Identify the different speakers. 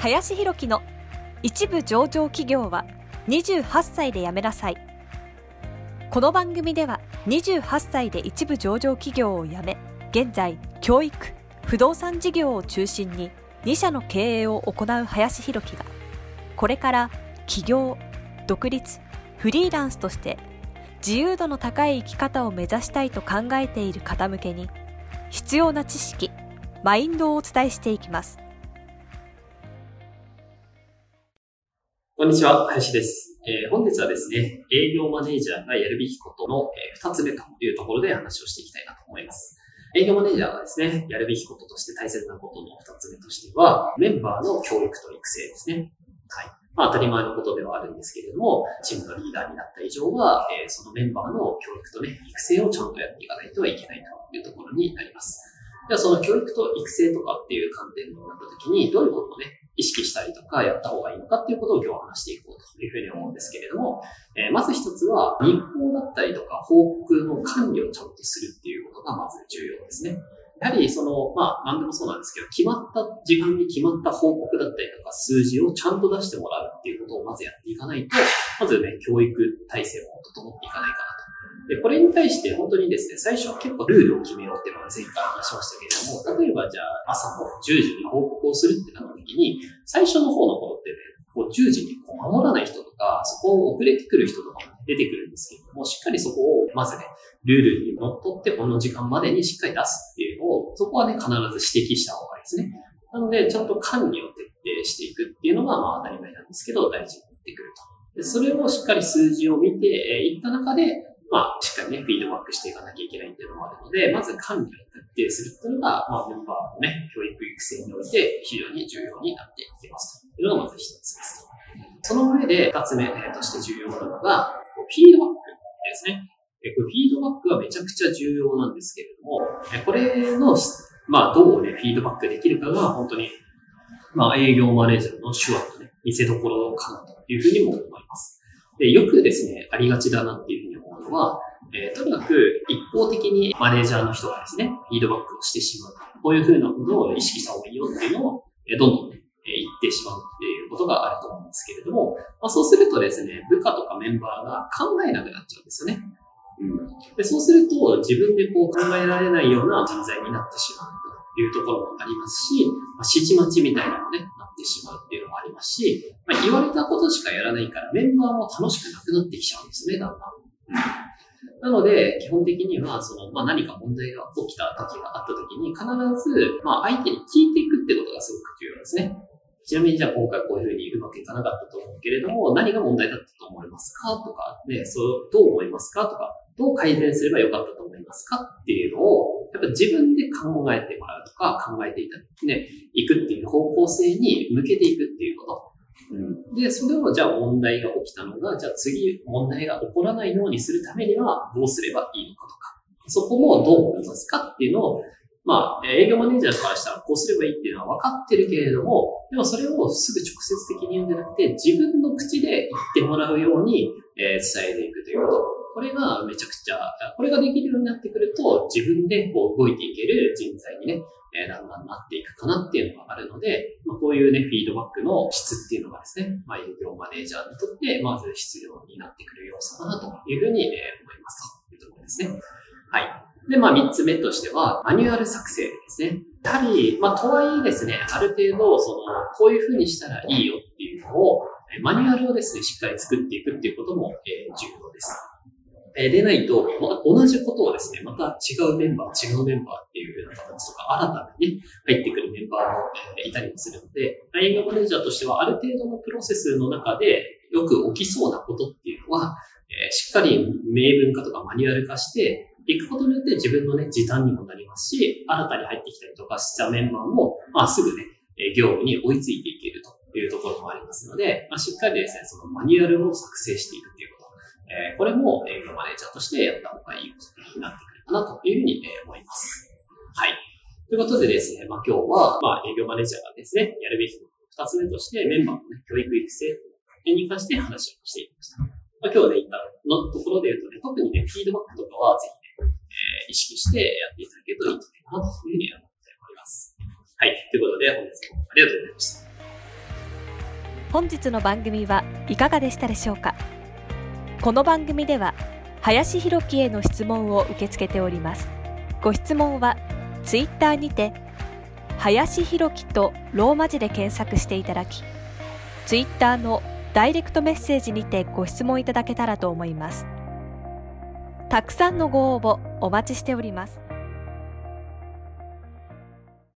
Speaker 1: 林弘樹の一部上場企業は28歳で辞めなさい。この番組では28歳で一部上場企業を辞め、現在教育、不動産事業を中心に2社の経営を行う林弘樹が、これから起業、独立、フリーランスとして自由度の高い生き方を目指したいと考えている方向けに、必要な知識、マインドをお伝えしていきます。
Speaker 2: こんにちは、林です。本日はですね、営業マネージャーがやるべきことの2つ目というところで話をしていきたいなと思います。営業マネージャーがですね、やるべきこととして大切なことの2つ目としては、メンバーの教育と育成ですね。はい。当たり前のことではあるんですけれども、チームのリーダーになった以上は、そのメンバーの教育とね、育成をちゃんとやっていかないといけないというところになります。では、その教育と育成とかっていう観点になったときに、どういうことをね、意識したりとかやった方がいいのかっていうことを今日は話していこうというふうに思うんですけれども、まず一つは、日報だったりとか報告の管理をちゃんとするっていうことがまず重要ですね。やはり何でもそうなんですけど、決まった時間に決まった報告だったりとか数字をちゃんと出してもらうっていうことをまずやっていかないと、まずね、教育体制も整っていかないかなと。で、これに対して本当にですね、最初は結構ルールを決めようっていうのが前回話しましたけれども、例えばじゃあ朝の10時に報告をするってなった時に、最初の方の頃ってね、10時に守らない人とか、そこを遅れてくる人とかも出てくるんですけれども、しっかりそこをまずね、ルールにのっとってこの時間までにしっかり出すっていうのを、そこはね、必ず指摘した方がいいですね。なので、ちゃんと管理を徹底していくっていうのが当たり前なんですけど、大事になってくると。で、それをしっかり数字を見ていった中で、しっかりね、フィードバックしていかなきゃいけないっていうのもあるので、まず管理を徹底するっていうのが、メンバーのね、教育育成において非常に重要になっていきますというのがまず一つです。その上で二つ目として重要なのが、フィードバックですね。フィードバックはめちゃくちゃ重要なんですけれども、これの、どうね、フィードバックできるかが本当に、営業マネージャーの手腕のね、見せ所かなというふうにも思います。で、よくですね、ありがちだなっていうふうに思うのは、とにかく一方的にマネージャーの人がですね、フィードバックをしてしまう。こういうふうなことを意識した方がいいよっていうのを、どんどんね、言ってしまうっていうことがあると思うんですけれども、そうするとですね、部下とかメンバーが考えなくなっちゃうんですよね。で、そうすると自分で考えられないような人材になってしまうというところもありますし、指示待ちみたいなのね、なってしまうっていうのもありますし、言われたことしかやらないからメンバーも楽しくなくなってきちゃうんですね、だんだん。なので、基本的には、何か問題が起きた時があった時に、必ず、相手に聞いていくってことがすごく重要ですね。ちなみにじゃあ今回こういうふうにうまくいかなかったと思うけれども、何が問題だったと思いますかとか、ね、どう思いますかとか、どう改善すればよかったと思いますかっていうのを、やっぱ自分で考えてもらうとか、考えていくっていう方向性に向けていくっていうこと。で、それをじゃあ問題が起きたのが、じゃあ次問題が起こらないようにするためにはどうすればいいのかとか、そこもどう思いますかっていうのを、営業マネージャーからしたらこうすればいいっていうのは分かってるけれども、でもそれをすぐ直接的に言うんじゃなくて、自分の口で言ってもらうように伝えていくということ。これがめちゃくちゃ、これができるようになってくると、自分で動いていける人材にね、だんだんなっていくかなっていうのがあるので、こういうね、フィードバックの質っていうのがですね、営業マネージャーにとって、まず必要になってくる要素かなというふうに思いますというところですね。はい。で、三つ目としては、マニュアル作成ですね。やはり、とはいえですね、ある程度、こういうふうにしたらいいよっていうのを、マニュアルをですね、しっかり作っていくっていうことも、重要です。でないと、同じことをですね、また違うメンバーっていうような形とか、新たにね、入ってくるメンバーもいたりもするので、営業マネージャーとしては、ある程度のプロセスの中で、よく起きそうなことっていうのは、しっかり明文化とかマニュアル化していくことによって自分のね、時短にもなりますし、新たに入ってきたりとかしたメンバーも、すぐね、業務に追いついていけるというところもありますので、しっかりですね、そのマニュアルを作成していくっていうこと。これも営業マネージャーとしてやった方がいいことになってくるかなというふうに思います。はい。ということでですね、今日は、営業マネージャーがですね、やるべきこと2つ目としてメンバーのね、教育育成に関して話をしていきました。今日ね、言ったのところで言うとね、特にね、フィードバックとかはぜひね、意識してやっていただけるといいんじゃないかなというふうに思っております。はい。ということで、本日もありがとうございました。
Speaker 1: 本日の番組はいかがでしたでしょうか。この番組では林弘樹への質問を受け付けております。ご質問はツイッターにて林弘樹とローマ字で検索していただき、ツイッターのダイレクトメッセージにてご質問いただけたらと思います。たくさんのご応募お待ちしております。